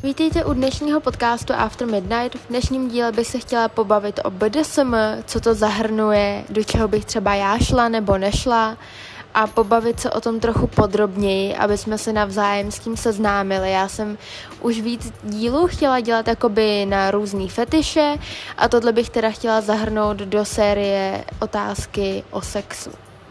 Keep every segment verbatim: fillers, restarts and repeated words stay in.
Vítejte u dnešního podcastu After Midnight. V dnešním díle bych se chtěla pobavit o B D S M, co to zahrnuje, do čeho bych třeba já šla nebo nešla a pobavit se o tom trochu podrobněji, aby jsme se navzájem s tím seznámili. Já jsem už víc dílů chtěla dělat jakoby na různý fetiše a tohle bych teda chtěla zahrnout do série otázky o sexu.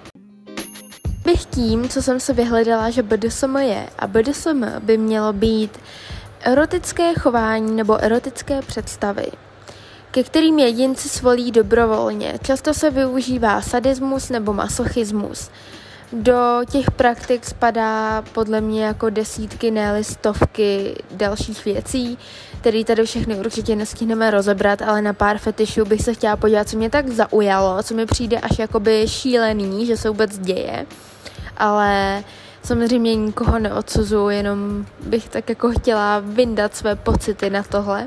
Bych tím, co jsem se vyhledala, že B D S M je. A B D S M by mělo být erotické chování nebo erotické představy, ke kterým jedinci svolí dobrovolně. Často se využívá sadismus nebo masochismus. Do těch praktik spadá podle mě jako desítky, ne-li stovky dalších věcí, které tady všechny určitě nestihneme rozebrat, ale na pár fetišů bych se chtěla podívat, co mě tak zaujalo, co mi přijde až jakoby šílený, že se vůbec děje, ale samozřejmě nikoho neodsuzuju, jenom bych tak jako chtěla vyndat své pocity na tohle.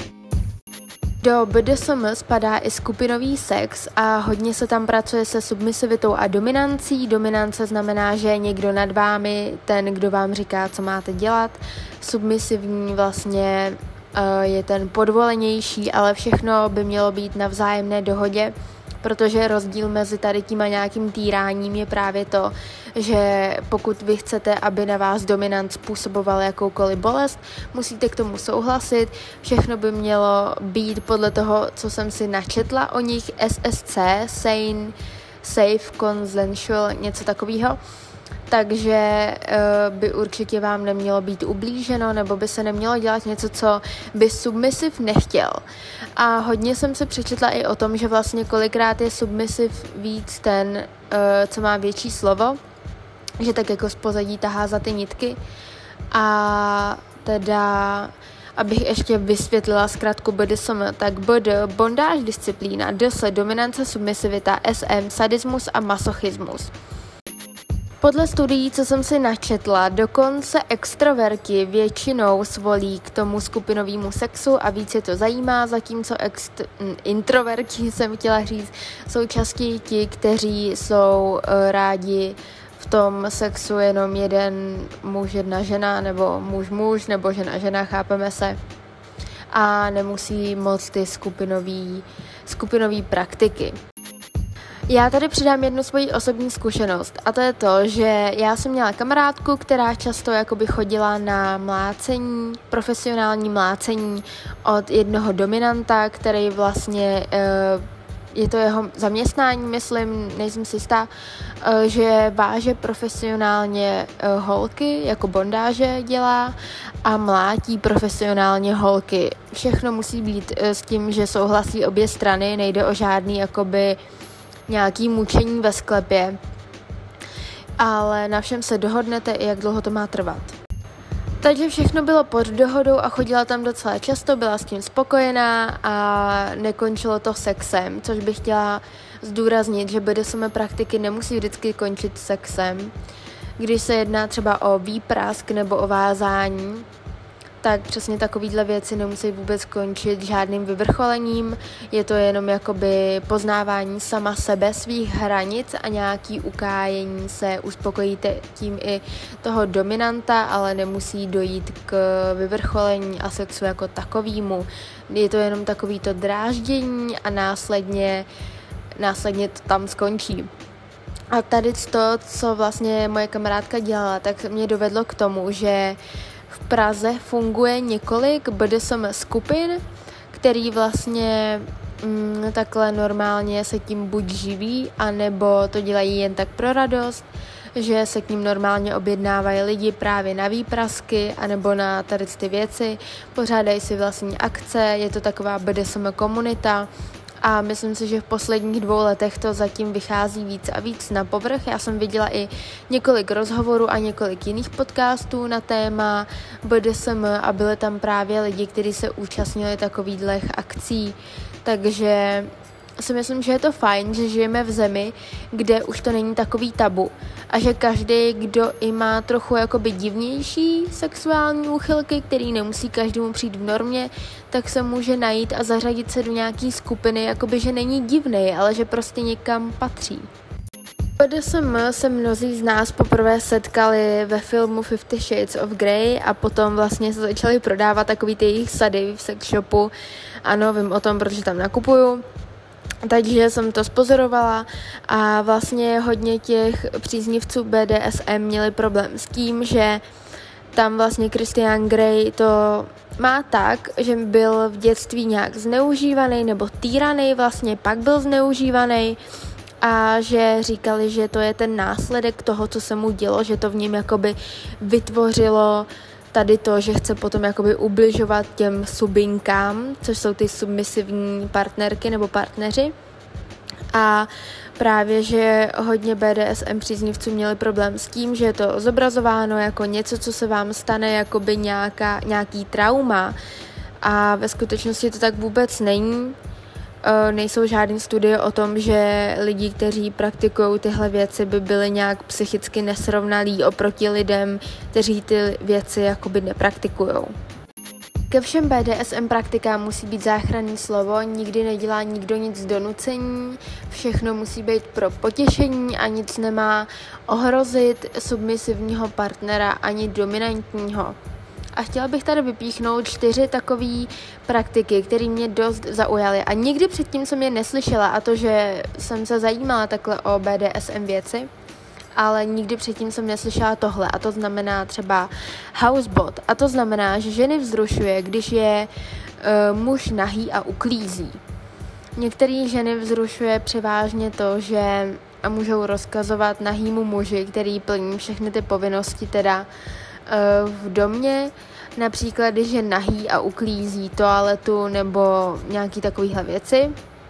Do B D S M spadá i skupinový sex a hodně se tam pracuje se submisivitou a dominancí. Dominance znamená, že je někdo nad vámi, ten, kdo vám říká, co máte dělat. Submisivní vlastně uh, je ten podvolenější, ale všechno by mělo být na vzájemné dohodě, protože rozdíl mezi tady tím a nějakým týráním je právě to, že pokud vy chcete, aby na vás dominant způsoboval jakoukoliv bolest, musíte k tomu souhlasit. Všechno by mělo být podle toho, co jsem si načetla o nich, S S C, Sane, Safe, Consensual, něco takového. Takže uh, by určitě vám nemělo být ublíženo, nebo by se nemělo dělat něco, co by submisiv nechtěl. A hodně jsem se přečetla i o tom, že vlastně kolikrát je submisiv víc ten, uh, co má větší slovo, že tak jako z pozadí tahá za ty nitky. A teda, abych ještě vysvětlila zkrátku B D S M, tak B D, bondáž, disciplína, D S, dominance, submisivita, S M, sadismus a masochismus. Podle studií, co jsem si načetla, dokonce extroverti většinou svolí k tomu skupinovému sexu a víc je to zajímá, zatímco ext- introverti, jsem chtěla říct, jsou častěji ti, kteří jsou uh, rádi v tom sexu jenom jeden muž, jedna žena, nebo muž, muž, nebo žena, žena, chápeme se. A nemusí moc ty skupinový, skupinový praktiky. Já tady přidám jednu svoji osobní zkušenost a to je to, že já jsem měla kamarádku, která často jakoby chodila na mlácení, profesionální mlácení od jednoho dominanta, který vlastně je to jeho zaměstnání, myslím, nejsem si jistá, že váže profesionálně holky, jako bondáže dělá a mlátí profesionálně holky. Všechno musí být s tím, že souhlasí obě strany, nejde o žádný jakoby nějaký mučení ve sklepě, ale na všem se dohodnete i jak dlouho to má trvat. Takže všechno bylo pod dohodou a chodila tam docela často, byla s tím spokojená a nekončilo to sexem, což bych chtěla zdůraznit, že B D S M praktiky nemusí vždycky končit sexem. Když se jedná třeba o výprask nebo o vázání, tak přesně takovýhle věci nemusí vůbec končit žádným vyvrcholením, je to jenom jakoby poznávání sama sebe, svých hranic a nějaký ukájení se, uspokojíte tím i toho dominanta, ale nemusí dojít k vyvrcholení a sexu jako takovýmu. Je to jenom takovýto dráždění a následně, následně to tam skončí. A tady to, co vlastně moje kamarádka dělala, tak mě dovedlo k tomu, že v Praze funguje několik B D S M skupin, který vlastně mm, takhle normálně se tím buď živí, anebo to dělají jen tak pro radost, že se k ním normálně objednávají lidi právě na výprasky, anebo na tady ty věci, pořádají si vlastní akce, je to taková B D S M komunita. A myslím si, že v posledních dvou letech to zatím vychází víc a víc na povrch. Já jsem viděla i několik rozhovorů a několik jiných podcastů na téma B D S M a byly tam právě lidi, kteří se účastnili takovýchto akcí. Takže si myslím, že je to fajn, že žijeme v zemi, kde už to není takový tabu a že každý, kdo i má trochu jakoby divnější sexuální úchylky, který nemusí každému přijít v normě, tak se může najít a zařadit se do nějaký skupiny, jakoby že není divnej, ale že prostě někam patří. B D S M se mnozí z nás poprvé setkali ve filmu Fifty Shades of Grey a potom vlastně se začaly prodávat takový ty jejich sady v sex shopu. Ano, vím o tom, protože tam nakupuju. Takže jsem to spozorovala a vlastně hodně těch příznivců B D S M měli problém s tím, že tam vlastně Christian Grey to má tak, že byl v dětství nějak zneužívaný nebo týraný, vlastně pak byl zneužívaný a že říkali, že to je ten následek toho, co se mu dělo, že to v něm jakoby vytvořilo tady to, že chce potom jakoby ubližovat těm subinkám, což jsou ty submisivní partnerky nebo partneři. A právě, že hodně B D S M příznivců měli problém s tím, že je to zobrazováno jako něco, co se vám stane, jakoby nějaká, nějaký trauma. A ve skutečnosti to tak vůbec není. E, nejsou žádné studie o tom, že lidi, kteří praktikují tyhle věci, by byli nějak psychicky nesrovnalí oproti lidem, kteří ty věci jakoby nepraktikují. Ke všem B D S M praktikám musí být záchranné slovo, nikdy nedělá nikdo nic z donucení, všechno musí být pro potěšení a nic nemá ohrozit submisivního partnera ani dominantního. A chtěla bych tady vypíchnout čtyři takové praktiky, které mě dost zaujaly a nikdy předtím jsem je neslyšela, a to, že jsem se zajímala takhle o B D S M věci, ale nikdy předtím jsem neslyšela tohle, a to znamená třeba housebot, a to znamená, že ženy vzrušuje, když je uh, muž nahý a uklízí. Některé ženy vzrušuje převážně to, že můžou rozkazovat nahýmu muži, který plní všechny ty povinnosti teda uh, v domě, například když je nahý a uklízí toaletu nebo nějaký takovýhle věci.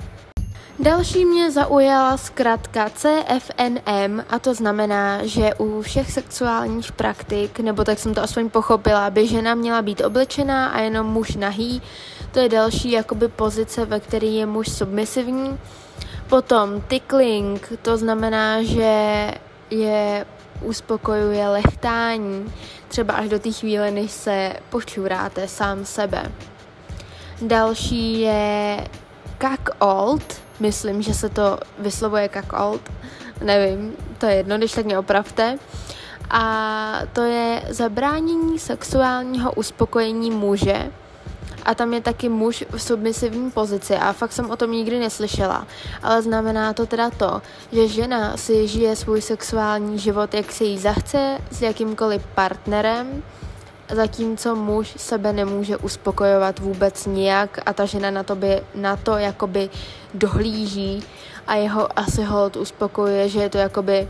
Další mě zaujala zkratka C F N M, a to znamená, že u všech sexuálních praktik, nebo tak jsem to aspoň pochopila, by žena měla být oblečená a jenom muž nahý. To je další jakoby pozice, ve které je muž submisivní. Potom tickling, to znamená, že je uspokojuje lechtání, třeba až do té chvíle, než se počuráte sám sebe. Další je cuckold, myslím, že se to vyslovuje cuckold, nevím, to je jedno, když tak mě opravte. A to je zabránění sexuálního uspokojení muže. A tam je taky muž v submisivní pozici a fakt jsem o tom nikdy neslyšela. Ale znamená to teda to, že žena si žije svůj sexuální život, jak se jí zachce, s jakýmkoliv partnerem, zatímco muž sebe nemůže uspokojovat vůbec nijak a ta žena na to, by, na to jakoby dohlíží a jeho asi hold uspokojuje, že je to jakoby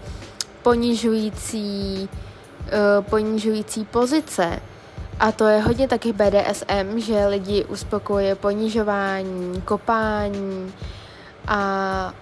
ponižující, uh, ponižující pozice. A to je hodně taky B D S M, že lidi uspokojuje ponižování, kopání a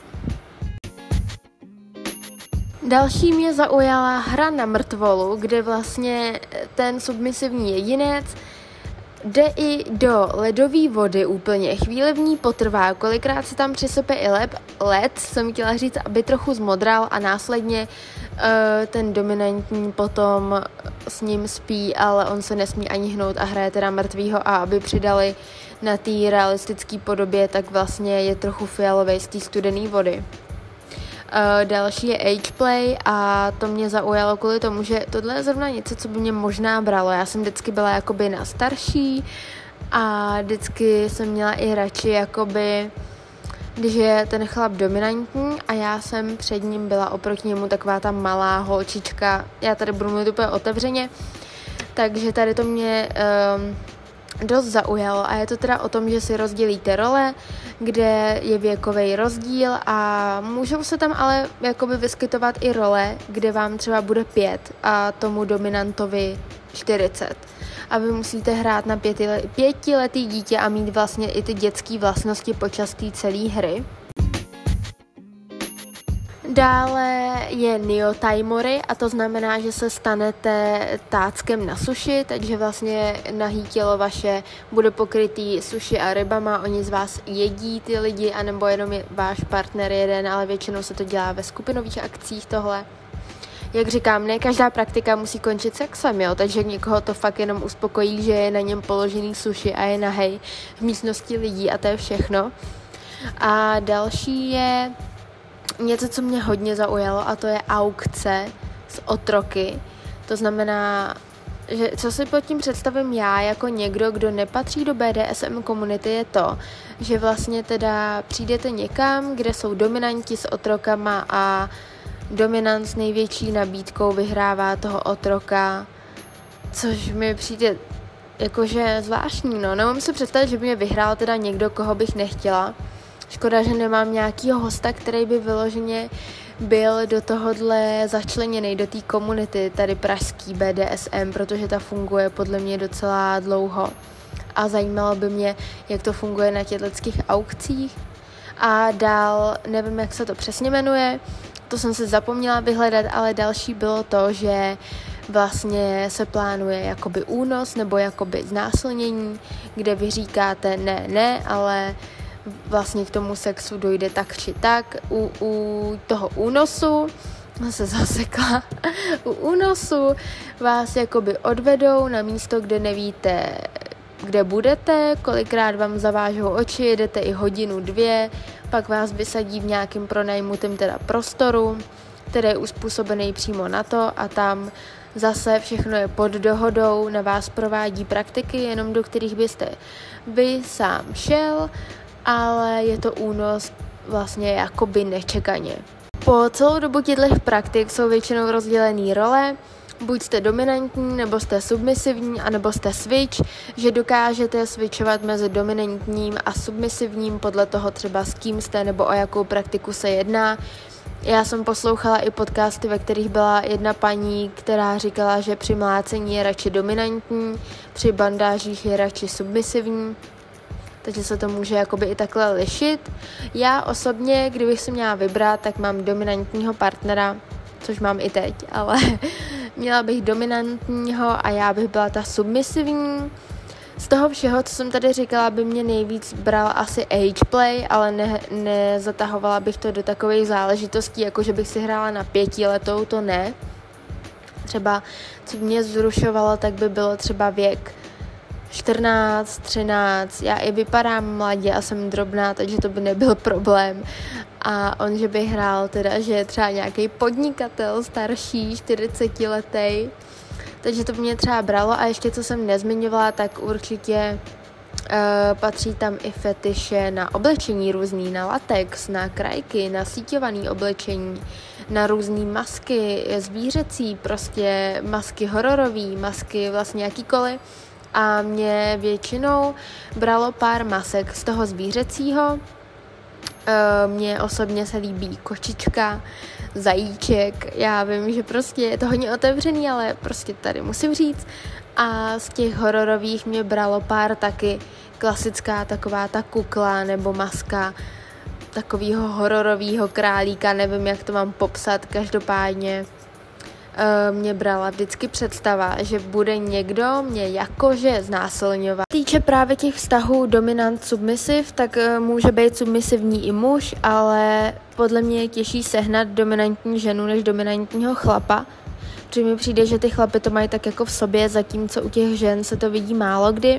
další mě zaujala hra na mrtvolu, kde vlastně ten submisivní jedinec jde i do ledové vody úplně. Chvíli v ní potrvá, kolikrát se tam přisype i led, led, jsem chtěla říct, aby trochu zmodral a následně uh, ten dominantní potom s ním spí, ale on se nesmí ani hnout a hraje teda mrtvýho, a aby přidali na té realistické podobě, tak vlastně je trochu fialovej z té studené vody. Uh, další je ageplay a to mě zaujalo kvůli tomu, že tohle je zrovna něco, co by mě možná bralo. Já jsem vždycky byla jakoby na starší a vždycky jsem měla i radši jakoby, když je ten chlap dominantní a já jsem před ním byla oproti němu taková ta malá holčička. Já tady budu mluvit úplně otevřeně, takže tady to mě um, dost zaujalo a je to teda o tom, že si rozdělíte role, kde je věkový rozdíl a můžou se tam ale jakoby vyskytovat i role, kde vám třeba bude pět a tomu dominantovi čtyřicet. A vy musíte hrát na pěti, pětiletý dítě a mít vlastně i ty dětské vlastnosti počas té celé hry. Dále je Neotaimory a to znamená, že se stanete táckem na suši, takže vlastně nahý tělo vaše bude pokrytý suši a rybama, oni z vás jedí ty lidi, anebo jenom je váš partner jeden, ale většinou se to dělá ve skupinových akcích tohle. Jak říkám, ne každá praktika musí končit sexem, jo, takže někoho to fakt jenom uspokojí, že je na něm položený suši a je nahej v místnosti lidí a to je všechno. A další je něco, co mě hodně zaujalo, a to je aukce s otroky. To znamená, že co si pod tím představím já jako někdo, kdo nepatří do bé dé es em komunity, je to, že vlastně teda přijdete někam, kde jsou dominanti s otrokama a dominant s největší nabídkou vyhrává toho otroka, což mi přijde jakože zvláštní, no. Nemůžu si představit, že by mě vyhrál teda někdo, koho bych nechtěla. Škoda, že nemám nějakýho hosta, který by vyloženě byl do tohohle začleněný, do té komunity tady pražský bé dé es em, protože ta funguje podle mě docela dlouho. A zajímalo by mě, jak to funguje na těchto aukcích. A dál, nevím, jak se to přesně jmenuje, to jsem se zapomněla vyhledat, ale další bylo to, že vlastně se plánuje jakoby únos nebo jakoby znásilnění, kde vy říkáte ne, ne, ale vlastně k tomu sexu dojde tak či tak. U, u toho únosu, se zasekla, u únosu vás jakoby odvedou na místo, kde nevíte, kde budete, kolikrát vám zavážou oči, jedete i hodinu, dvě, pak vás vysadí v nějakém pronajmutém teda prostoru, který je uspůsobený přímo na to a tam zase všechno je pod dohodou, na vás provádí praktiky, jenom do kterých byste vy sám šel, ale je to únos vlastně jakoby nečekaně. Po celou dobu těchto praktik jsou většinou rozdělené role, buď jste dominantní, nebo jste submisivní, anebo jste switch, že dokážete switchovat mezi dominantním a submisivním podle toho třeba s kým jste, nebo o jakou praktiku se jedná. Já jsem poslouchala i podcasty, ve kterých byla jedna paní, která říkala, že při mlácení je radši dominantní, při bandážích je radši submisivní, takže se to může jakoby i takhle lišit. Já osobně, kdybych si měla vybrat, tak mám dominantního partnera, což mám i teď, ale měla bych dominantního a já bych byla ta submisivní. Z toho všeho, co jsem tady říkala, by mě nejvíc bral asi age play, ale ne, nezatahovala bych to do takových záležitostí, jako že bych si hrála na pětiletou, to ne. Třeba, co mě zrušovalo, tak by bylo třeba věk čtrnáct, třináct, já i vypadám mladě a jsem drobná, takže to by nebyl problém. A on, že by hrál teda, že je třeba nějaký podnikatel starší, čtyřicetiletý, takže to mě třeba bralo. A ještě, co jsem nezmiňovala, tak určitě uh, patří tam i fetiše na oblečení různý, na latex, na krajky, na síťovaný oblečení, na různý masky, zvířecí, prostě masky hororový, masky vlastně jakýkoliv. A mě většinou bralo pár masek z toho zvířecího. E, mně osobně se líbí kočička, zajíček. Já vím, že prostě je to hodně otevřený, ale prostě tady musím říct. A z těch hororových mě bralo pár taky klasická taková ta kukla nebo maska takového hororového králíka, nevím, jak to mám popsat, každopádně mě brala vždycky představa, že bude někdo mě jakože znásilňovat. Týče právě těch vztahů dominant submisiv, tak může být submisivní i muž, ale podle mě je těžší sehnat dominantní ženu než dominantního chlapa. Protože mi přijde, že ty chlapy to mají tak jako v sobě, zatímco u těch žen se to vidí málo kdy.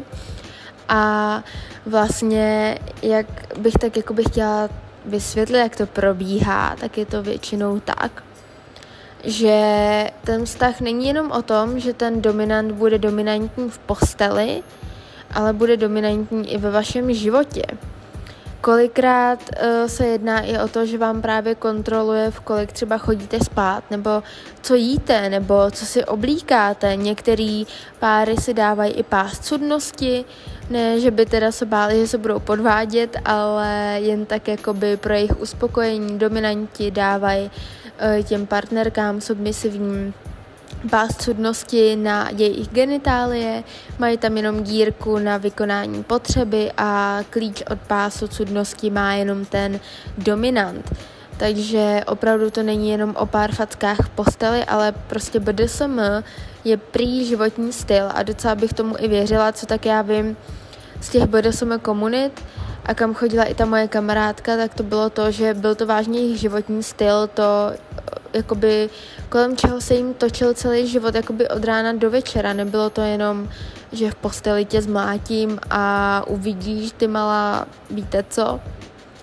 A vlastně, jak bych tak jako bych chtěla vysvětlit, jak to probíhá, tak je to většinou tak, že ten vztah není jenom o tom, že ten dominant bude dominantní v posteli, ale bude dominantní i ve vašem životě. Kolikrát uh, se jedná i o to, že vám právě kontroluje, v kolik třeba chodíte spát, nebo co jíte, nebo co si oblíkáte. Některý páry si dávají i pás cudnosti, ne, že by teda se báli, že se budou podvádět, ale jen tak jakoby pro jejich uspokojení dominanti dávají uh, těm partnerkám submisivním pás cudnosti na jejich genitálie, mají tam jenom dírku na vykonání potřeby a klíč od pásu cudnosti má jenom ten dominant. Takže opravdu to není jenom o pár fackách v posteli, ale prostě bé dé es em je prý životní styl a docela bych tomu i věřila, co tak já vím z těch bé dé es em komunit a kam chodila i ta moje kamarádka, tak to bylo to, že byl to vážně jejich životní styl, to jakoby kolem čeho se jim točil celý život jakoby od rána do večera. Nebylo to jenom, že v posteli tě zmlátím a uvidíš, ty malá, víte co,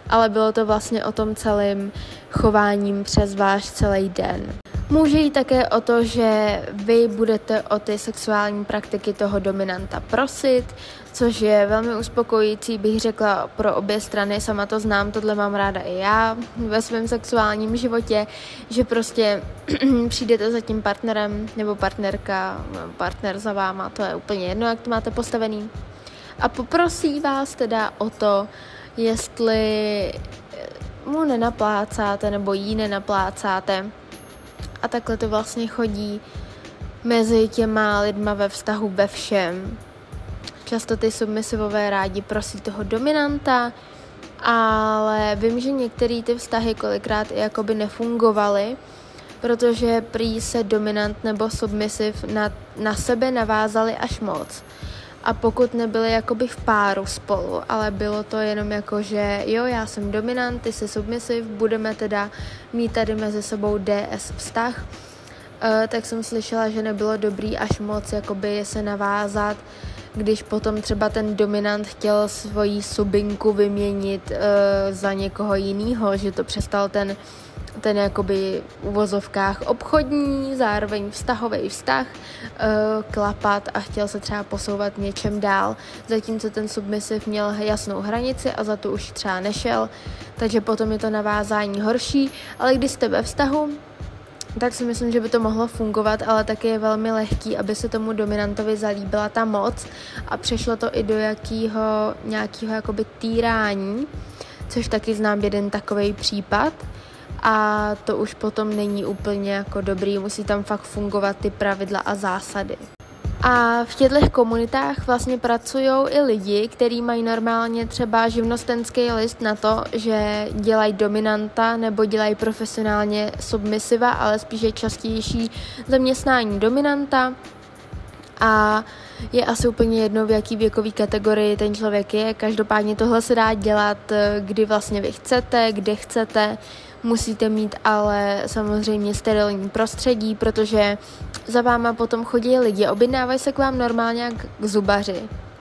ale bylo to vlastně o tom celém chováním přes váš celý den. Může jít také o to, že vy budete o ty sexuální praktiky toho dominanta prosit, což je velmi uspokojující, bych řekla, pro obě strany. Sama to znám, tohle mám ráda i já ve svém sexuálním životě, že prostě přijdete za tím partnerem nebo partnerka, partner za váma, to je úplně jedno, jak to máte postavený. A poprosí vás teda o to, jestli mu nenaplácáte nebo jí nenaplácáte. A takhle to vlastně chodí mezi těma lidma ve vztahu ve všem. Často ty submisivové rádi prosí toho dominanta, ale vím, že některé ty vztahy kolikrát i jakoby nefungovaly, protože prý se dominant nebo submisiv na, na sebe navázali až moc. A pokud nebyli jakoby v páru spolu, ale bylo to jenom jako, že jo, já jsem dominant, ty jsi submisiv, budeme teda mít tady mezi sebou D S vztah, uh, tak jsem slyšela, že nebylo dobrý až moc jakoby se navázat, když potom třeba ten dominant chtěl svoji subinku vyměnit uh, za někoho jinýho, že to přestal ten ten jakoby v uvozovkách obchodní, zároveň vztahový vztah, uh, klapat a chtěl se třeba posouvat něčem dál, zatímco ten submisiv měl jasnou hranici a za to už třeba nešel, takže potom je to navázání horší, ale když jste ve vztahu, tak si myslím, že by to mohlo fungovat, ale taky je velmi lehký, aby se tomu dominantovi zalíbila ta moc a přešlo to i do jakýho, nějakého jakoby týrání, což taky znám jeden takovej případ. A to už potom není úplně jako dobrý, musí tam fakt fungovat ty pravidla a zásady. A v těchto komunitách vlastně pracují i lidi, kteří mají normálně třeba živnostenský list na to, že dělají dominanta nebo dělají profesionálně submisiva, ale spíše častější zaměstnání dominanta. A je asi úplně jedno, v jaký věkový kategorii ten člověk je. Každopádně tohle se dá dělat, kdy vlastně vy chcete, kde chcete. Musíte mít ale samozřejmě sterilní prostředí, protože za váma potom chodí lidi, objednávají se k vám normálně jak k zubaři.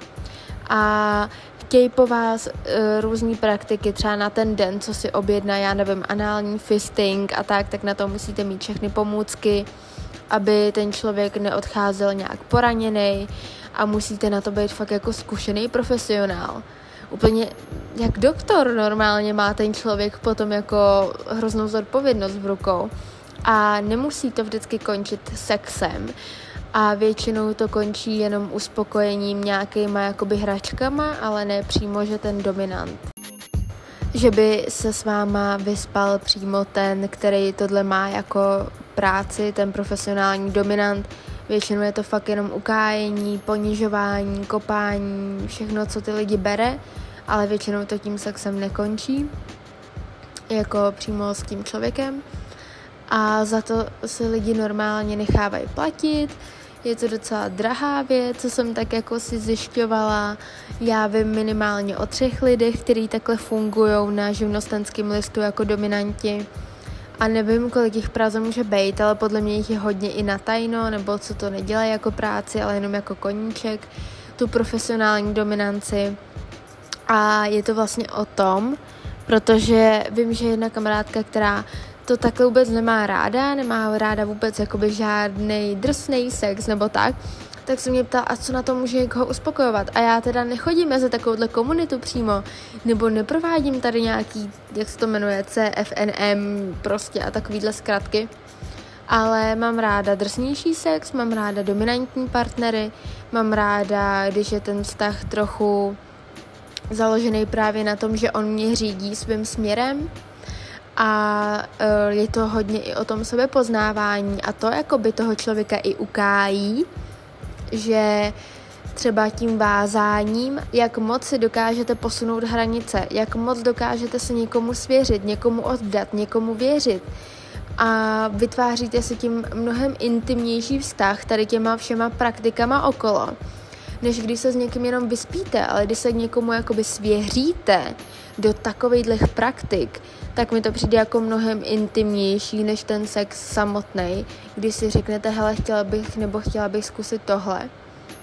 A chtějí po vás uh, různý praktiky, třeba na ten den, co si objedná, já nevím, anální fisting a tak, tak na to musíte mít všechny pomůcky, aby ten člověk neodcházel nějak poraněný a musíte na to být fakt jako zkušený profesionál. Úplně jak doktor normálně má ten člověk potom jako hroznou zodpovědnost v rukou. A nemusí to vždycky končit sexem. A většinou to končí jenom uspokojením nějakýma jakoby hračkama, ale ne přímo, že ten dominant. Že by se s váma vyspal přímo ten, který tohle má jako práci, ten profesionální dominant. Většinou je to fakt jenom ukájení, ponižování, kopání, všechno, co ty lidi bere, ale většinou to tím sexem nekončí, jako přímo s tím člověkem. A za to se lidi normálně nechávají platit. Je to docela drahá věc, co jsem tak jako si zjišťovala. Já vím minimálně o třech lidech, kteří takhle fungují na živnostenském listu jako dominanti. A nevím, kolik jich Praze může být, ale podle mě jich je hodně i na tajno, nebo co to nedělají jako práci, ale jenom jako koníček, tu profesionální dominanci. A je to vlastně o tom, protože vím, že jedna kamarádka, která to takhle vůbec nemá ráda, nemá ráda vůbec jakoby žádnej drsnej sex nebo tak, tak se mě ptá, a co na to může někoho uspokojovat. A já teda nechodím mezi takovouhle komunitu přímo, nebo neprovádím tady nějaký, jak se to jmenuje, C F N M prostě a takovýhle zkratky. Ale mám ráda drsnější sex, mám ráda dominantní partnery, mám ráda, když je ten vztah trochu založený právě na tom, že on mě řídí svým směrem. A je to hodně i o tom sebepoznávání a to jakoby toho člověka i ukájí, že třeba tím vázáním, jak moc si dokážete posunout hranice, jak moc dokážete se někomu svěřit, někomu oddat, někomu věřit a vytváříte si tím mnohem intimnější vztah tady těma všema praktikama okolo, než když se s někým jenom vyspíte, ale když se k někomu jakoby svěříte do takovejhlech praktik, tak mi to přijde jako mnohem intimnější než ten sex samotný, když si řeknete, hele, chtěla bych nebo chtěla bych zkusit tohle.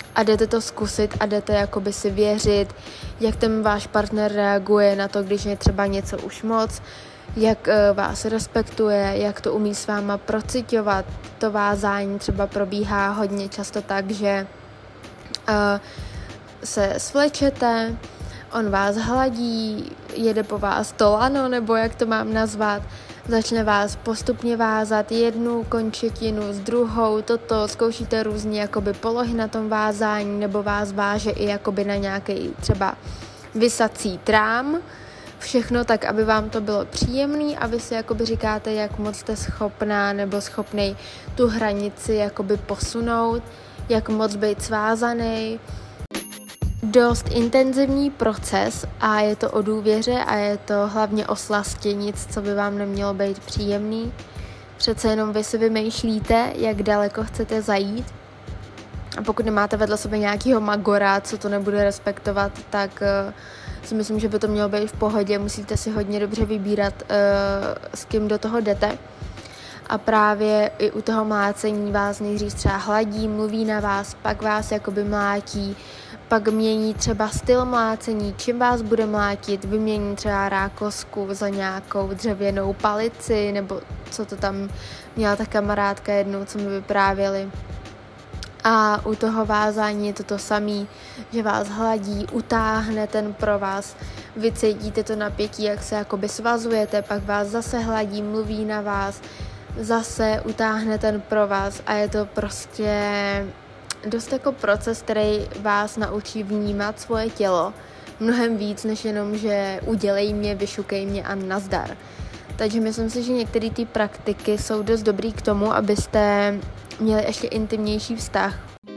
a jdete to zkusit a jdete jakoby si věřit, jak ten váš partner reaguje na to, když je třeba něco už moc, jak uh, vás respektuje, jak to umí s váma procitovat. To vázání třeba probíhá hodně často tak, že uh, se svlečete, on vás hladí, jede po vás to lano, nebo jak to mám nazvat, začne vás postupně vázat jednu končetinu s druhou, toto, zkoušíte různě jakoby polohy na tom vázání, nebo vás váže i jakoby na nějaký třeba visací trám, všechno tak, aby vám to bylo příjemný a vy si jakoby říkáte, jak moc jste schopná nebo schopnej tu hranici jakoby posunout, jak moc být svázaný. Dost intenzivní proces a je to o důvěře a je to hlavně o slastě, nic, co by vám nemělo být příjemný. Přece jenom vy si vymýšlíte, jak daleko chcete zajít. A pokud nemáte vedle sebe nějakýho magora, co to nebude respektovat, tak uh, si myslím, že by to mělo být v pohodě. Musíte si hodně dobře vybírat, uh, s kým do toho jdete. A právě i u toho mlácení vás nejdřív třeba hladí, mluví na vás, pak vás jakoby mlátí, pak mění třeba styl mlácení, čím vás bude mlátit, vymění třeba rákosku za nějakou dřevěnou palici, nebo co to tam měla ta kamarádka jednou, co mi vyprávěli. A u toho vázání je to to samé, že vás hladí, utáhne ten provaz, vy cítíte to napětí, jak se jakoby svazujete, pak vás zase hladí, mluví na vás, zase utáhne ten provaz a je to prostě dost jako proces, který vás naučí vnímat svoje tělo mnohem víc, než jenom, že udělej mě, vyšukej mě a nazdar. Takže myslím si, že některé ty praktiky jsou dost dobrý k tomu, abyste měli ještě intimnější vztah.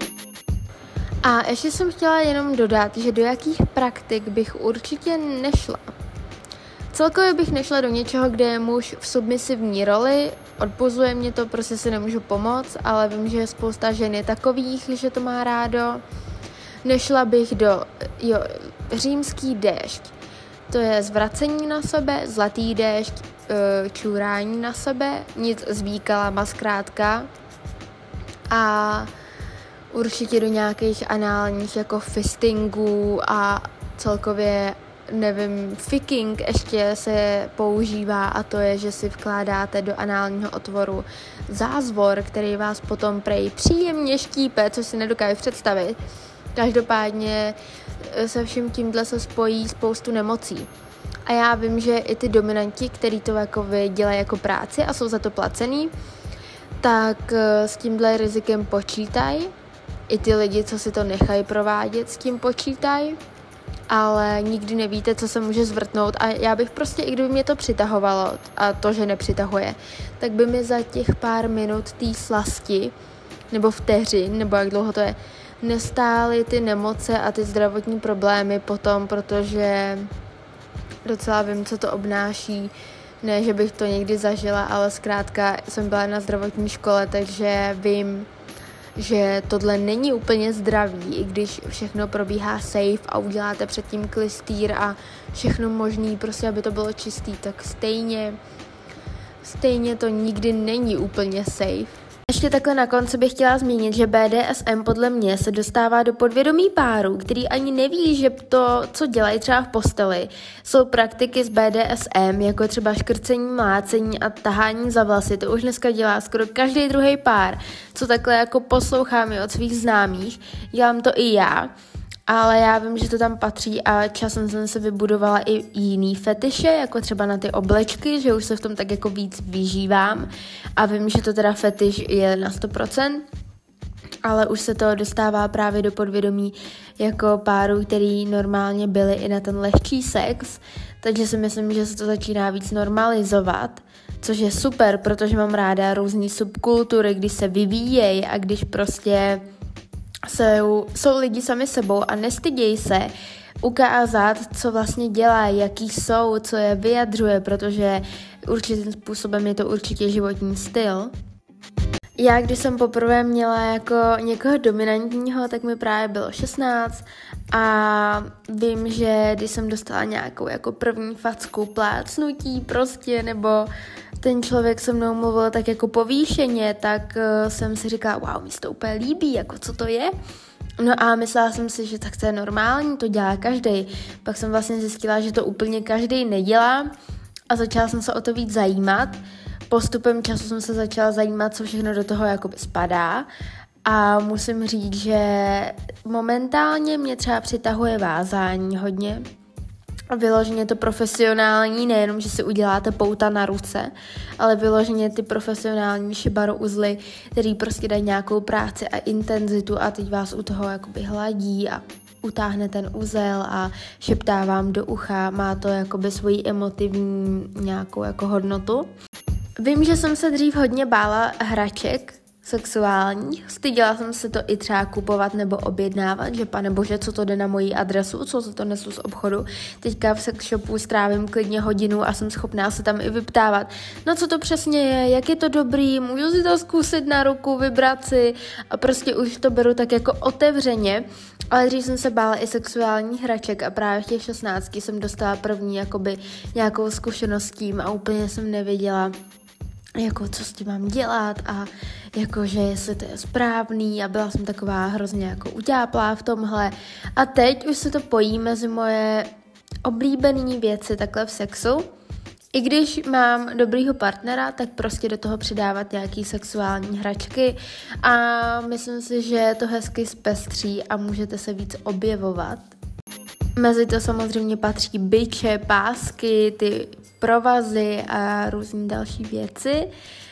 A ještě jsem chtěla jenom dodat, že do jakých praktik bych určitě nešla. Celkově bych nešla do něčeho, kde je muž v submisivní roli, odpuzuje mě to, prostě si nemůžu pomoct, ale vím, že spousta žen je takových, že to má rádo. Nešla bych do, jo, římský déšť, to je zvracení na sebe, zlatý déšť, čurání na sebe, nic zvíkala zkrátka. A určitě do nějakých análních jako fistingů a celkově nevím, ficking ještě se používá a to je, že si vkládáte do análního otvoru zázvor, který vás potom prej příjemně štípe, což si nedokážu představit. Každopádně se vším tímhle se spojí spoustu nemocí. A já vím, že i ty dominanti, který to jako vy dělají jako práci a jsou za to placený, tak s tímhle rizikem počítají. I ty lidi, co si to nechají provádět, s tím počítají. Ale nikdy nevíte, co se může zvrtnout a já bych prostě, i kdyby mě to přitahovalo a to, že nepřitahuje, tak by mi za těch pár minut té slasti nebo vteřin, nebo jak dlouho to je, nestály ty nemoce a ty zdravotní problémy potom, protože docela vím, co to obnáší. Ne, že bych to někdy zažila, ale zkrátka jsem byla na zdravotní škole, takže vím, že tohle není úplně zdravý, i když všechno probíhá safe a uděláte předtím klystýr a všechno možný, prostě aby to bylo čistý, tak stejně, stejně to nikdy není úplně safe. Ještě takhle na konci bych chtěla zmínit, že bé dé es em podle mě se dostává do podvědomí párů, který ani neví, že to, co dělají třeba v posteli, jsou praktiky z bé dé es em, jako třeba škrcení, mlácení a tahání za vlasy. To už dneska dělá skoro každý druhý pár, co takhle jako posloucháme od svých známých. Dělám to i já, ale já vím, že to tam patří a časem jsem se vybudovala i jiný fetiše, jako třeba na ty oblečky, že už se v tom tak jako víc vyžívám a vím, že to teda fetiš je na sto procent, ale už se to dostává právě do podvědomí jako párů, který normálně byli i na ten lehčí sex, takže si myslím, že se to začíná víc normalizovat, což je super, protože mám ráda různý subkultury, když se vyvíjejí a když prostě Jsou, jsou lidi sami sebou a nestydějí se ukázat, co vlastně dělají, jaký jsou, co je vyjadřuje, protože určitým způsobem je to určitě životní styl. Já, když jsem poprvé měla jako někoho dominantního, tak mi právě bylo šestnáct a vím, že když jsem dostala nějakou jako první facku plácnutí prostě, nebo ten člověk se mnou mluvil tak jako povýšeně, tak uh, jsem si říkala, wow, mi se to úplně líbí, jako co to je? No a myslela jsem si, že tak to je normální, to dělá každej. Pak jsem vlastně zjistila, že to úplně každej nedělá a začala jsem se o to víc zajímat. Postupem času jsem se začala zajímat, co všechno do toho jakoby spadá. A musím říct, že momentálně mě třeba přitahuje vázání hodně. Vyloženě to profesionální, nejenom, že si uděláte pouta na ruce, ale vyloženě ty profesionální shibari uzly, který prostě dají nějakou práci a intenzitu a teď vás u toho jakoby hladí a utáhne ten uzel a šeptá vám do ucha, má to jakoby svoji emotivní nějakou jako hodnotu. Vím, že jsem se dřív hodně bála hraček sexuálních, styděla jsem se to i třeba kupovat nebo objednávat, že pane bože, co to jde na moji adresu, co to nesu z obchodu. Teďka v sex shopu strávím klidně hodinu a jsem schopná se tam i vyptávat, no co to přesně je, jak je to dobrý, můžu si to zkusit na ruku, vybrat si a prostě už to beru tak jako otevřeně. Ale dřív jsem se bála i sexuálních hraček a právě v těch šestnácti jsem dostala první jakoby nějakou zkušenost s tím a úplně jsem nevěděla, jako co s tím mám dělat a jakože jestli to je správný a byla jsem taková hrozně jako utáplá v tomhle a teď už se to pojí mezi moje oblíbené věci takhle v sexu. I když mám dobrýho partnera, tak prostě do toho přidávat nějaký sexuální hračky a myslím si, že to hezky zpestří a můžete se víc objevovat. Mezi to samozřejmě patří biče, pásky, ty provazy a různé další věci.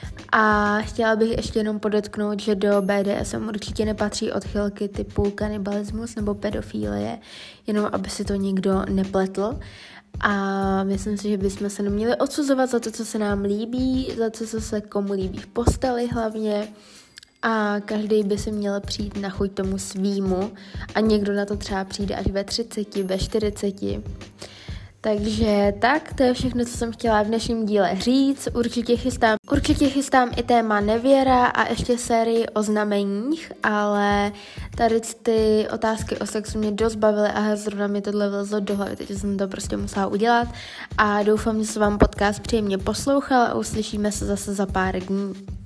A chtěla bych ještě jenom podotknout, že do bé dé es em určitě nepatří odchylky typu kanibalismus nebo pedofilie, jenom aby si to nikdo nepletl. A myslím si, že bychom se neměli odsuzovat za to, co se nám líbí, za to, co se komu líbí v posteli hlavně. A každý by si měl přijít na chuť tomu svýmu a někdo na to třeba přijde až ve třiceti, ve čtyřiceti. Takže tak, to je všechno, co jsem chtěla v dnešním díle říct. Určitě chystám, určitě chystám i téma nevěra a ještě sérii o znameních, ale tady ty otázky o sexu mě dost bavily a zrovna mi tohle vlezlo do hlavy, takže jsem to prostě musela udělat a doufám, že se vám podcast příjemně poslouchal a uslyšíme se zase za pár dní.